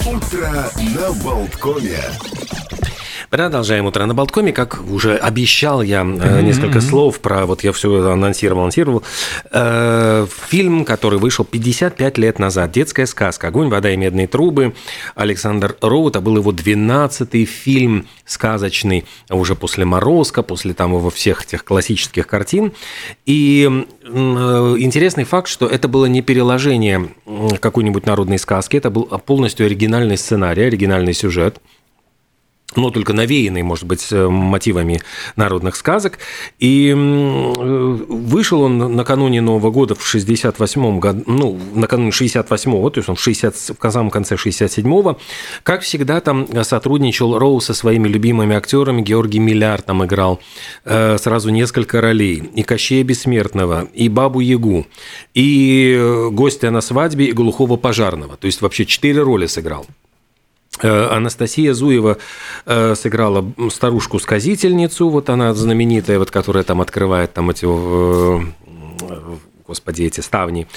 Утро на Болткоме. Продолжаем «Утро на Болткоме». Как уже обещал я несколько слов про... Вот я все анонсировал. Фильм, который вышел 55 лет назад. Детская сказка «Огонь, вода и медные трубы». Александр Роу. Это был его 12-й фильм сказочный уже после «Морозко», после там его всех этих классических картин. И интересный факт, что это было не переложение какой-нибудь народной сказки. Это был полностью оригинальный сценарий, оригинальный сюжет, но только навеянный, может быть, мотивами народных сказок. И вышел он накануне Нового года в 68-м году, накануне 68-го, то есть он в самом конце 67-го. Как всегда, там сотрудничал Роу со своими любимыми актерами. Георгий Миляр там играл сразу несколько ролей. И Кощея Бессмертного, и Бабу-Ягу, и Гостя на свадьбе, и Глухого пожарного. То есть вообще 4 роли сыграл. Анастасия Зуева сыграла старушку-сказительницу, вот она знаменитая, вот, которая там открывает там эти ставни.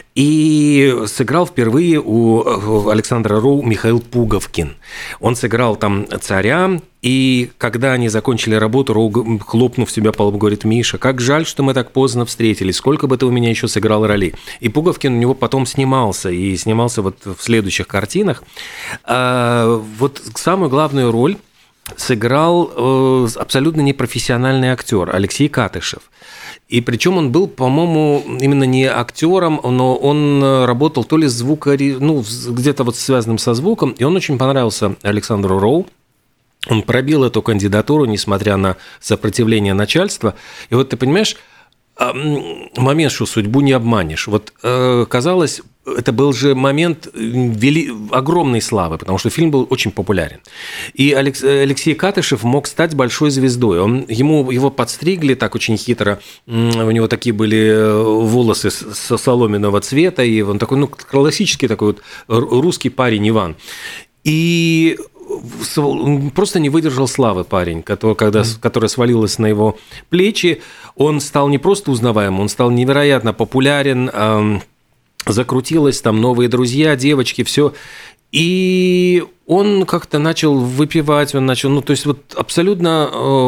И сыграл впервые у Александра Роу Михаил Пуговкин. Он сыграл там царя, и когда они закончили работу, Роу, хлопнув себя по лбу, говорит: «Миша, как жаль, что мы так поздно встретились, сколько бы ты у меня еще сыграл ролей». И Пуговкин у него потом снимался вот в следующих картинах. Вот самую главную роль сыграл абсолютно непрофессиональный актер Алексей Катышев. И причем он был, по-моему, именно не актером, но он работал то ли где-то вот связанным со звуком, и он очень понравился Александру Роу. Он пробил эту кандидатуру, несмотря на сопротивление начальства. И вот ты понимаешь, момент, что судьбу не обманешь. Вот казалось, это был же момент огромной славы, потому что фильм был очень популярен. И Алексей Катышев мог стать большой звездой. Его подстригли так очень хитро. У него такие были волосы соломенного цвета, и он такой, классический такой вот русский парень Иван. И просто не выдержал славы парень, которая свалилась на его плечи. Он стал не просто узнаваемым, он стал невероятно популярен, закрутилось там новые друзья, девочки, все. И он как-то начал выпивать, то есть вот абсолютно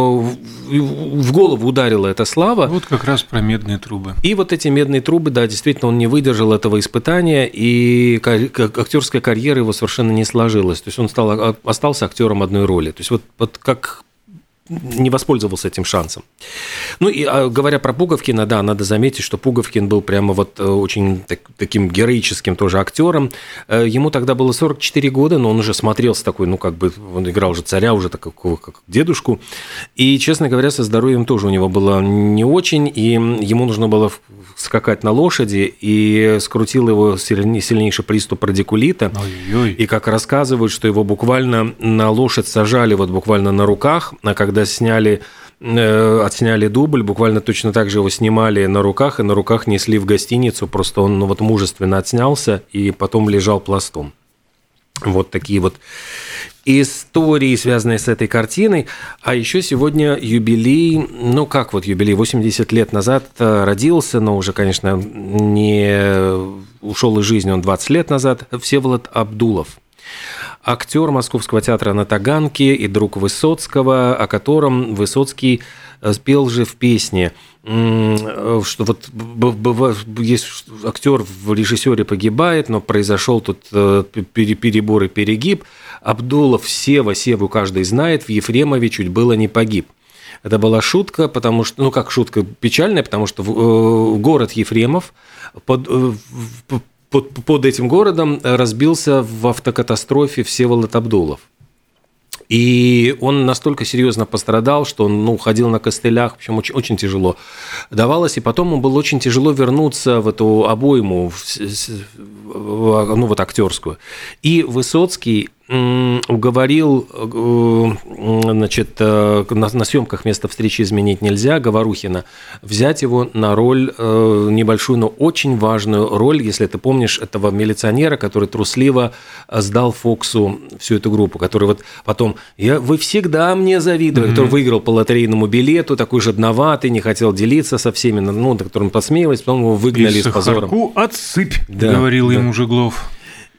в голову ударила эта слава. Вот как раз про медные трубы. И вот эти медные трубы, да, действительно, он не выдержал этого испытания, и актерская карьера его совершенно не сложилась. То есть он остался актером одной роли. То есть вот как не воспользовался этим шансом. И говоря про Пуговкина, да, надо заметить, что Пуговкин был прямо вот очень таким героическим тоже актером. Ему тогда было 44 года, но он уже смотрелся такой, он играл уже царя, уже такого, как дедушку. И, честно говоря, со здоровьем тоже у него было не очень, и ему нужно было скакать на лошади, и скрутил его сильнейший приступ радикулита. Ой-ой. И как рассказывают, что его буквально на лошадь сажали вот буквально на руках, а когда отсняли дубль, буквально точно так же его снимали на руках, и на руках несли в гостиницу, просто он мужественно отснялся и потом лежал пластом. Вот такие вот истории, связанные с этой картиной. А еще сегодня юбилей, юбилей, 80 лет назад родился, но уже, конечно, не ушел из жизни он 20 лет назад, Всеволод Абдулов. Актер Московского театра на Таганке и друг Высоцкого, о котором Высоцкий спел же в песне, что вот есть актер в режиссере погибает, но произошел тут перебор и перегиб. Абдулов Севу каждый знает, в Ефремове чуть было не погиб. Это была шутка, потому что, шутка печальная, потому что город Ефремов под этим городом разбился в автокатастрофе Всеволод Абдулов. И он настолько серьезно пострадал, что он ходил на костылях, в общем, очень, очень тяжело давалось. И потом ему было очень тяжело вернуться в эту обойму, актерскую. И Высоцкий уговорил, на съемках «Место встречи изменить нельзя» Говорухина взять его на роль небольшую, но очень важную роль, если ты помнишь, этого милиционера, который трусливо сдал Фоксу всю эту группу, который вот потом «Вы всегда мне завидовали», который выиграл по лотерейному билету, такой жадноватый, не хотел делиться со всеми, которым посмеивались, потом его выгнали с позором. «Отсыпь», говорил ему Жиглов.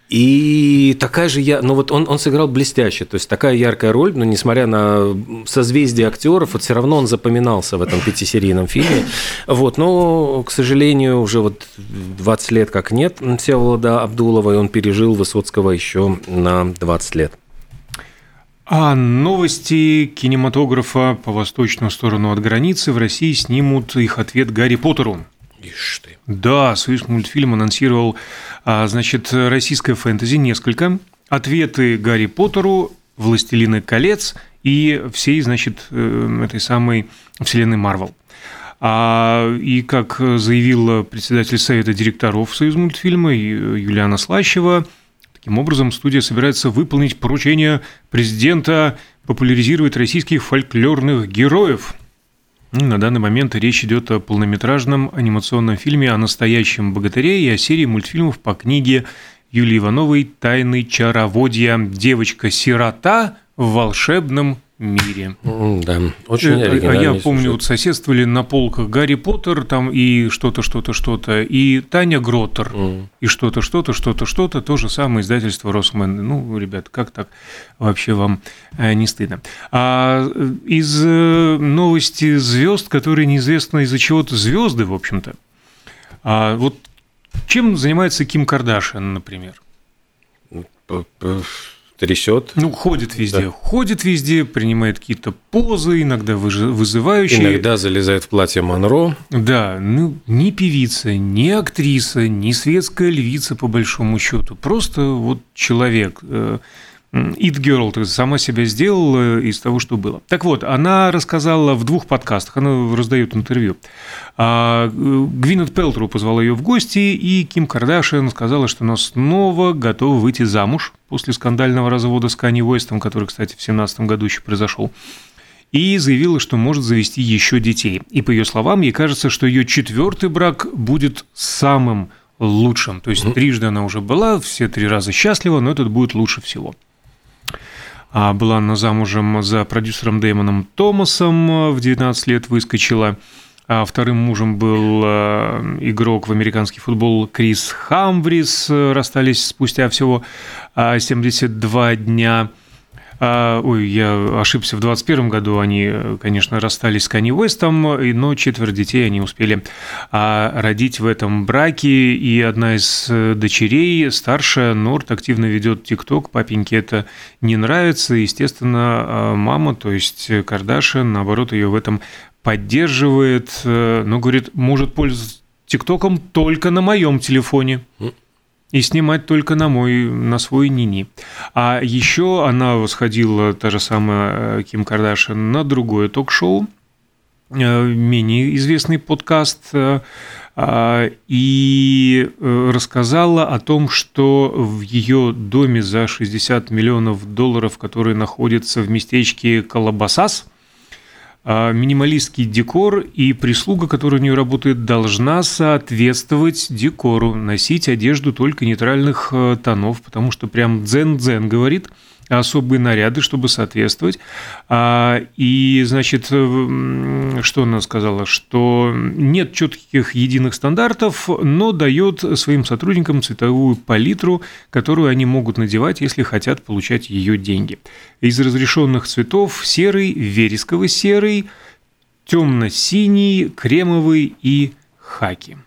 И такая же ну вот он сыграл блестяще, то есть такая яркая роль, но несмотря на созвездие актеров, вот все равно он запоминался в этом 5-серийном фильме. Вот, но, к сожалению, уже вот 20 лет как нет Всеволода Абдулова, и он пережил Высоцкого еще на 20 лет. А новости кинематографа по восточную сторону от границы в России снимут их ответ Гарри Поттеру. Ишь ты. Да, Союз мультфильм анонсировал, значит, российское фэнтези несколько. Ответы Гарри Поттеру, «Властелины колец» и всей, значит, этой самой вселенной Марвел. И как заявила председатель Совета директоров Союза мультфильма Юлиана Слащева, таким образом студия собирается выполнить поручение президента популяризировать российских фольклорных героев. На данный момент речь идет о полнометражном анимационном фильме о настоящем богатыре и о серии мультфильмов по книге Юлии Ивановой «Тайны чароводья. Девочка-сирота в волшебном мире». Да, очень оригинальный я сюжет. помню, вот соседствовали на полках Гарри Поттер там и что-то, и Таня Гроттер, и что-то, то же самое издательство Росмен. Ну, ребят, как так вообще вам не стыдно? Из новости звезд, которые неизвестно из-за чего-то звезды, в общем-то. Вот чем занимается Ким Кардашьян, например? Трясет. Ну, ходит везде, принимает какие-то позы, иногда вызывающие. Иногда залезает в платье Монро. Да, ну, ни певица, ни актриса, ни светская львица, по большому счету. Просто вот человек. It Girl, то есть сама себя сделала из того, что было. Так вот, она рассказала в 2 подкастах, она раздает интервью. Гвинет Пэлтроу позвала ее в гости, и Ким Кардашьян сказала, что она снова готова выйти замуж после скандального развода с Канье Уэстом, который, кстати, в 2017 году еще произошел. И заявила, что может завести еще детей. И по ее словам, ей кажется, что ее 4-й брак будет самым лучшим. То есть трижды она уже была, все 3 раза счастлива, но этот будет лучше всего. Была она замужем за продюсером Дэймоном Томасом, в 19 лет выскочила. Вторым мужем был игрок в американский футбол Крис Хамврис, расстались спустя всего 72 дня. Я ошибся, в 2021 году они, конечно, расстались с Канье Уэстом, но 4 детей они успели родить в этом браке, и одна из дочерей, старшая, Норт, активно ведет ТикТок, папеньке это не нравится, естественно, мама, то есть Кардашьян, наоборот, ее в этом поддерживает, но говорит, может пользоваться ТикТоком только на моем телефоне. И снимать только на свой Нини. А еще она сходила, та же самая Ким Кардашьян, на другое ток-шоу, менее известный подкаст, и рассказала о том, что в ее доме за $60 миллионов, который находится в местечке Калабасас, минималистский декор и прислуга, которая у нее работает, должна соответствовать декору, носить одежду только нейтральных тонов, потому что прям дзен-дзен говорит, особые наряды, чтобы соответствовать. И, значит, что она сказала? Что нет четких единых стандартов, но дает своим сотрудникам цветовую палитру, которую они могут надевать, если хотят получать ее деньги. Из разрешенных цветов серый, вересково-серый, темно-синий, кремовый и хаки.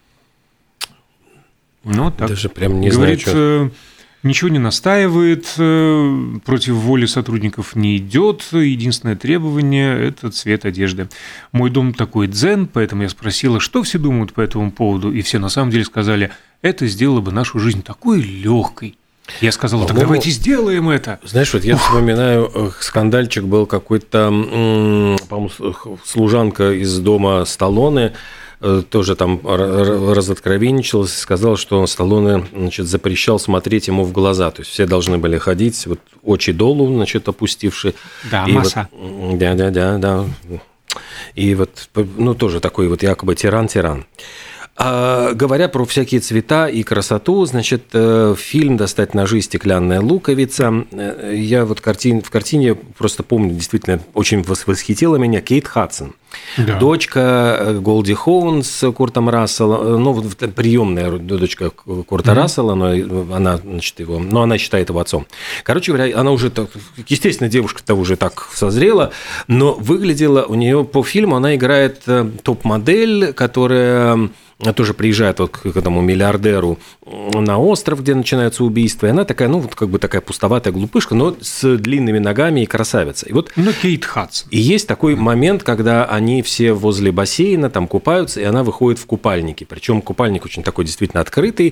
Ну, так. Даже прям не говорит, знаю, что... Ничего не настаивает, против воли сотрудников не идет. Единственное требование – это цвет одежды. Мой дом такой дзен, поэтому я спросила, что все думают по этому поводу. И все на самом деле сказали, это сделало бы нашу жизнь такой легкой. Я сказал, так давайте сделаем это. Знаешь, вот я вспоминаю, скандальчик был какой-то, по-моему, служанка из дома Сталлоне, тоже там разоткровенничалась и сказала, что Сталлоне, значит, запрещал смотреть ему в глаза. То есть все должны были ходить, вот очи долу, значит, опустившие. Да, и масса. Вот, да. И вот, ну, тоже такой вот якобы тиран-тиран. Говоря про всякие цвета и красоту, значит, фильм «Достать ножи. Стеклянная луковица». Я вот в картине просто помню, действительно, очень восхитила меня Кейт Хадсон. Да. Дочка Голди Хоун с Куртом Расселом, ну, приемная дочка Курта Рассела, но она, значит, но она считает его отцом. Короче говоря, она уже, естественно, девушка-то уже так созрела, но выглядела у нее по фильму, она играет топ-модель, которая тоже приезжает вот к этому миллиардеру на остров, где начинаются убийства, и она такая, ну, вот как бы такая пустоватая глупышка, но с длинными ногами и красавица. И вот, ну, Кейт Хадсон. И есть такой момент, когда они все возле бассейна там купаются, и она выходит в купальнике. Причем купальник очень такой действительно открытый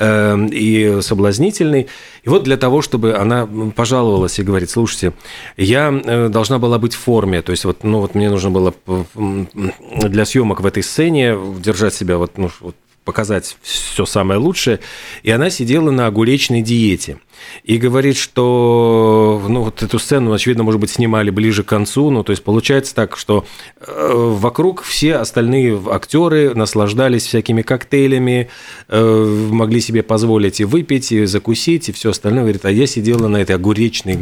и соблазнительный. И вот для того, чтобы она пожаловалась и говорит: слушайте, я должна была быть в форме, то есть вот, ну, вот мне нужно было для съемок в этой сцене держать себя вот, ну, вот, показать все самое лучшее, и она сидела на огуречной диете. И говорит, что, ну, вот эту сцену, очевидно, может быть, снимали ближе к концу, ну, то есть получается так, что вокруг все остальные актеры наслаждались всякими коктейлями, могли себе позволить и выпить, и закусить, и все остальное. Говорит, а я сидела на этой огуречной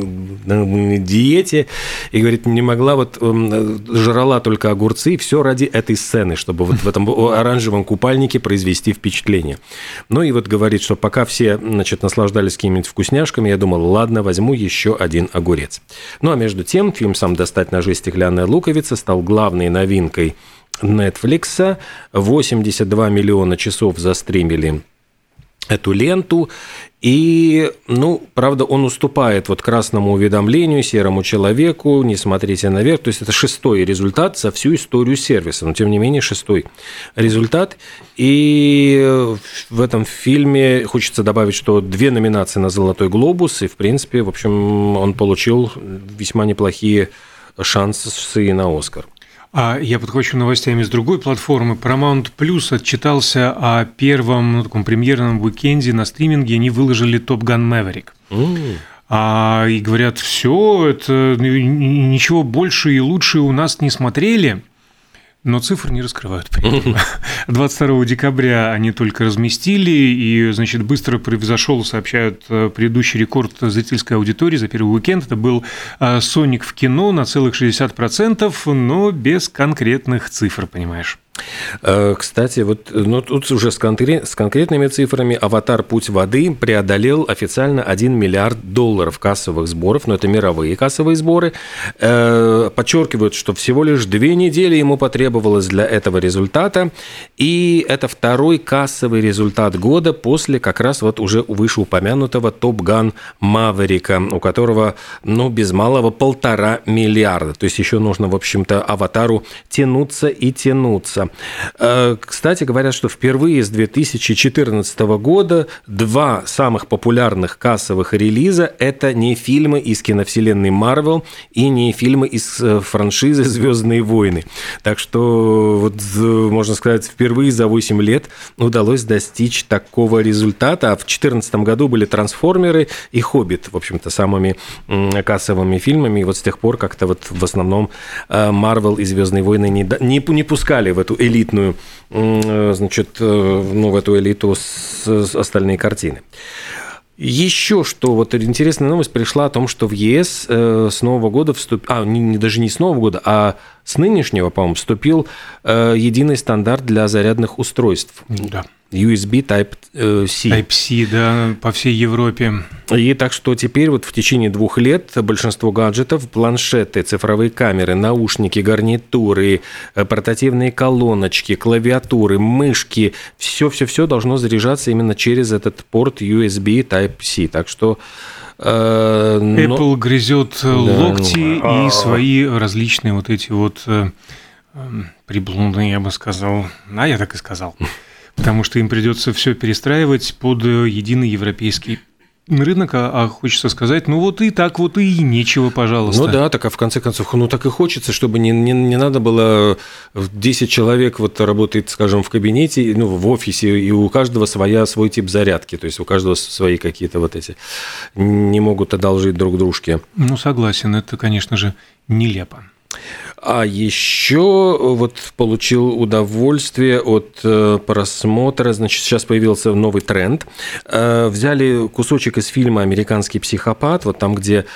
диете, и, говорит, не могла, вот, жрала только огурцы, и все ради этой сцены, чтобы вот в этом оранжевом купальнике произвести впечатление. Ну, и вот говорит, что пока все, значит, наслаждались какими-нибудь вкусняшками, я думал, ладно, возьму еще один огурец. Ну, а между тем, фильм «Сам достать ножи. Стеклянная луковица» стал главной новинкой Netflix. 82 миллиона часов застримили эту ленту. И, ну, правда, он уступает вот «Красному уведомлению», «Серому человеку», «Не смотрите наверх». То есть это 6-й результат за всю историю сервиса, но, тем не менее, 6-й результат. И в этом фильме хочется добавить, что 2 номинации на «Золотой глобус», и, в принципе, в общем, он получил весьма неплохие шансы на «Оскар». А я подхвачу новостями с другой платформы. Paramount Plus отчитался о первом таком премьерном уикенде на стриминге. Они выложили Top Gun Maverick. И говорят, все, это ничего больше и лучше у нас не смотрели. Но цифр не раскрывают. 22 декабря они только разместили, и, значит, быстро превзошел, сообщают, предыдущий рекорд зрительской аудитории за первый уикенд. Это был «Соник» в кино на целых 60%, но без конкретных цифр, понимаешь. Кстати, вот, ну, тут уже с конкретными цифрами «Аватар. Путь воды» преодолел официально $1 миллиард кассовых сборов, но это мировые кассовые сборы. Подчеркивают, что всего лишь 2 недели ему потребовалось для этого результата, и это 2-й кассовый результат года после как раз вот уже вышеупомянутого «Топ Ган Маверика», у которого, ну, без малого 1,5 миллиарда. То есть еще нужно, в общем-то, «Аватару» тянуться и тянуться. Кстати, говорят, что впервые с 2014 года 2 самых популярных кассовых релиза – это не фильмы из киновселенной Marvel и не фильмы из франшизы «Звездные войны». Так что, вот, можно сказать, впервые за 8 лет удалось достичь такого результата. А в 2014 году были «Трансформеры» и «Хоббит», в общем-то, самыми кассовыми фильмами. И вот с тех пор как-то вот в основном Marvel и «Звездные войны» не пускали в эту элитную, значит, ну, в эту элиту остальные картины. Еще что, вот интересная новость пришла о том, что в ЕС с нового года даже не с нового года, а с нынешнего, по-моему, вступил единый стандарт для зарядных устройств. Да. USB Type-C. Type-C, да, по всей Европе. И так что теперь вот в течение 2 лет большинство гаджетов, планшеты, цифровые камеры, наушники, гарнитуры, портативные колоночки, клавиатуры, мышки, все должно заряжаться именно через этот порт USB Type-C. Так что Apple грызет локти и свои различные вот эти вот приблуды, я бы сказал. А я так и сказал. Потому что им придется все перестраивать под единый европейский рынок, а хочется сказать, ну вот и так вот и нечего, пожалуйста. Ну да, так, а в конце концов, ну так и хочется, чтобы не надо было 10 человек вот работает, скажем, в кабинете, ну, в офисе, и у каждого свой тип зарядки, то есть у каждого свои какие-то вот эти, не могут одолжить друг дружке. Ну, согласен, это, конечно же, нелепо. А еще вот получил удовольствие от просмотра, значит, сейчас появился новый тренд. Взяли кусочек из фильма «Американский психопат», вот там, где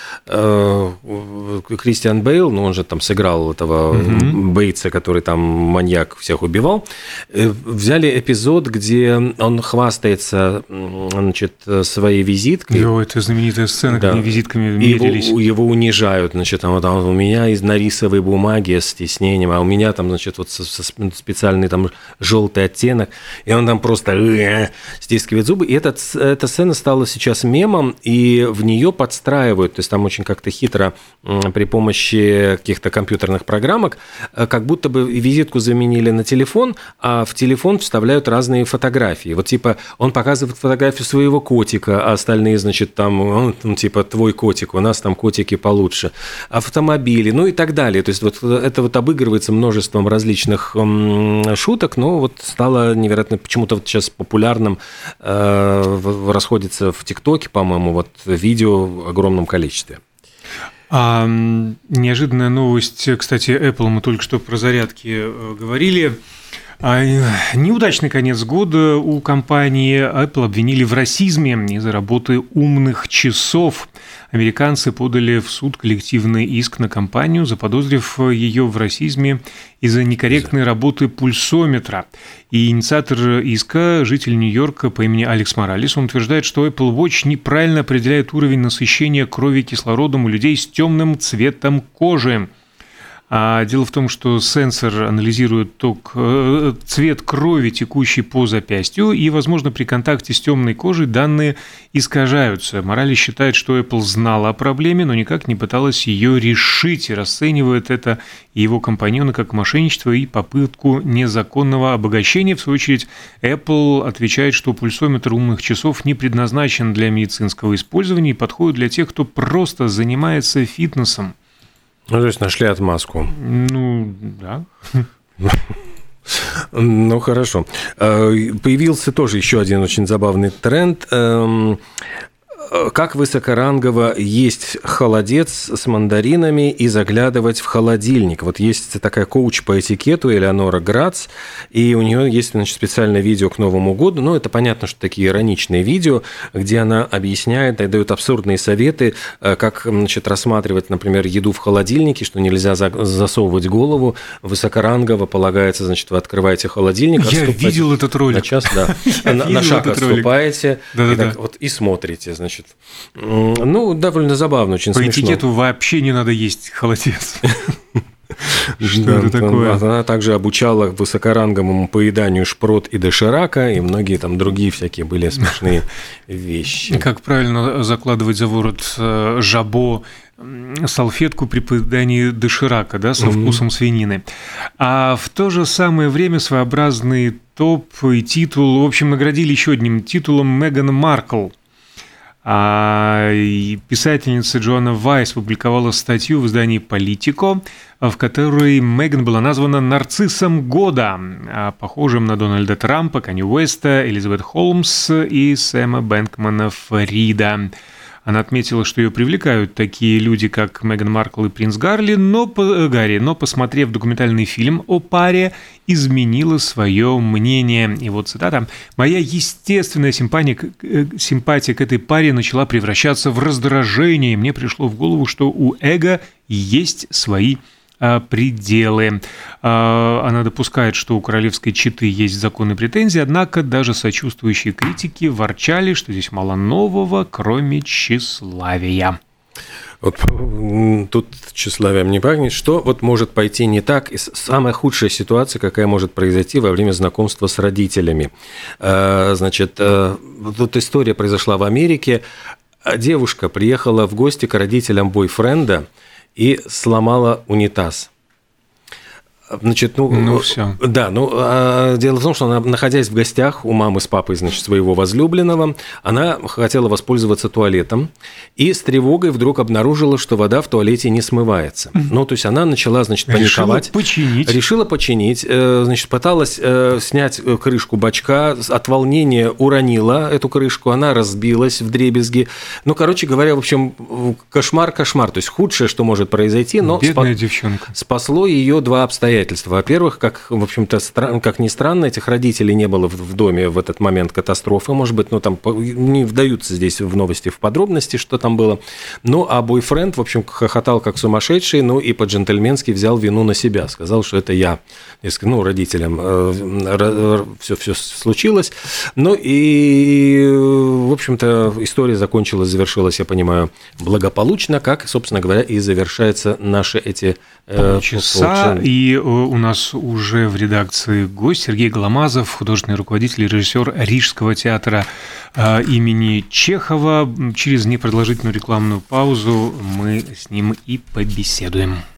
Кристиан Бейл, ну, он же там сыграл этого Бейтса, который там маньяк всех убивал. Взяли эпизод, где он хвастается, значит, своей визиткой. Это знаменитая сцена, да. где визитками мерились. Его унижают, значит, там у меня на рисовой бумаге с тиснением, а у меня там, значит, вот специальный там желтый оттенок, и он там просто стискивает зубы. И эта сцена стала сейчас мемом, и в нее подстраивают, то есть там очень как-то хитро при помощи каких-то компьютерных программок, как будто бы визитку заменили на телефон, а в телефон вставляют разные фотографии. Вот типа он показывает фотографию своего котика, а остальные, значит, там типа твой котик, у нас там котики получше, автомобили, ну и так далее. То есть вот это вот обыгрывается множеством различных шуток, но вот стало невероятно почему-то вот сейчас популярным, расходится в ТикТоке, по-моему, вот видео в огромном количестве. Неожиданная новость, кстати, Apple, мы только что про зарядки говорили. Неудачный конец года у компании Apple обвинили в расизме из-за работы умных часов. Американцы подали в суд коллективный иск на компанию, заподозрив ее в расизме из-за некорректной работы пульсометра. И инициатор иска, житель Нью-Йорка по имени Алекс Моралес, он утверждает, что Apple Watch неправильно определяет уровень насыщения крови кислородом у людей с темным цветом кожи. А дело в том, что сенсор анализирует цвет крови, текущей по запястью, и, возможно, при контакте с темной кожей данные искажаются. Моралес считает, что Apple знала о проблеме, но никак не пыталась ее решить, и расценивает это и его компаньоны как мошенничество и попытку незаконного обогащения. В свою очередь, Apple отвечает, что пульсометр умных часов не предназначен для медицинского использования и подходит для тех, кто просто занимается фитнесом. Ну, то есть нашли отмазку. Ну, да. Ну, хорошо. Появился тоже еще один очень забавный тренд. Как высокорангово есть холодец с мандаринами и заглядывать в холодильник. Вот есть такая коуч по этикету Элеонора Грац, и у нее есть, значит, специальное видео к Новому году. Ну, это понятно, что такие ироничные видео, где она объясняет и дает абсурдные советы, как, значит, рассматривать, например, еду в холодильнике, что нельзя засовывать голову. Высокорангово полагается, значит, вы открываете холодильник. Я видел этот ролик. На час, да. На шаг отступаете и смотрите, значит. Ну, довольно забавно, очень смешно. По этикету вообще не надо есть холодец. Что это такое? Она также обучала высокоранговому поеданию шпрот и доширака, и многие там другие всякие были смешные вещи. Как правильно закладывать за ворот жабо салфетку при поедании доширака, да, со вкусом свинины. А в то же самое время своеобразный топ и титул, в общем, наградили еще одним титулом Меган Маркл. Писательница Джоанна Вайс публиковала статью в издании «Политико», в которой Меган была названа нарциссом года, похожим на Дональда Трампа, Канье Уэста, Элизабет Холмс и Сэма Бэнкмана-Фрида. Она отметила, что ее привлекают такие люди, как Меган Маркл и принц Гарри, но, посмотрев документальный фильм о паре, изменила свое мнение. И вот цитата: «Моя естественная симпатия к этой паре начала превращаться в раздражение. Мне пришло в голову, что у эго есть свои пределы». Она допускает, что у королевской четы есть законные претензии, однако даже сочувствующие критики ворчали, что здесь мало нового, кроме тщеславия. Вот тут тщеславием не пахнет. Что вот может пойти не так? И самая худшая ситуация, какая может произойти во время знакомства с родителями. Значит, вот история произошла в Америке. Девушка приехала в гости к родителям бойфренда и сломала унитаз. Значит, все. Да, дело в том, что она, находясь в гостях у мамы с папой, значит, своего возлюбленного, она хотела воспользоваться туалетом и с тревогой вдруг обнаружила, что вода в туалете не смывается. То есть она начала, значит, паниковать. Решила починить. Значит, пыталась снять крышку бачка, от волнения уронила эту крышку, она разбилась вдребезги. Короче говоря, в общем, кошмар. То есть худшее, что может произойти, но бедная девчонка. Спасло ее два обстоятельства. Во-первых, в общем-то, как ни странно, этих родителей не было в доме в этот момент катастрофы, может быть, там не вдаются здесь в новости в подробности, что там было. А бойфренд, в общем, хохотал как сумасшедший, и по-джентльменски взял вину на себя, сказал, что это я. Родителям все случилось. И, в общем-то, история завершилась, я понимаю, благополучно, как, собственно говоря, и завершаются наши эти полчаса. И у нас уже в редакции гость Сергей Голомазов, художественный руководитель и режиссер Рижского театра имени Чехова. Через непродолжительную рекламную паузу мы с ним и побеседуем.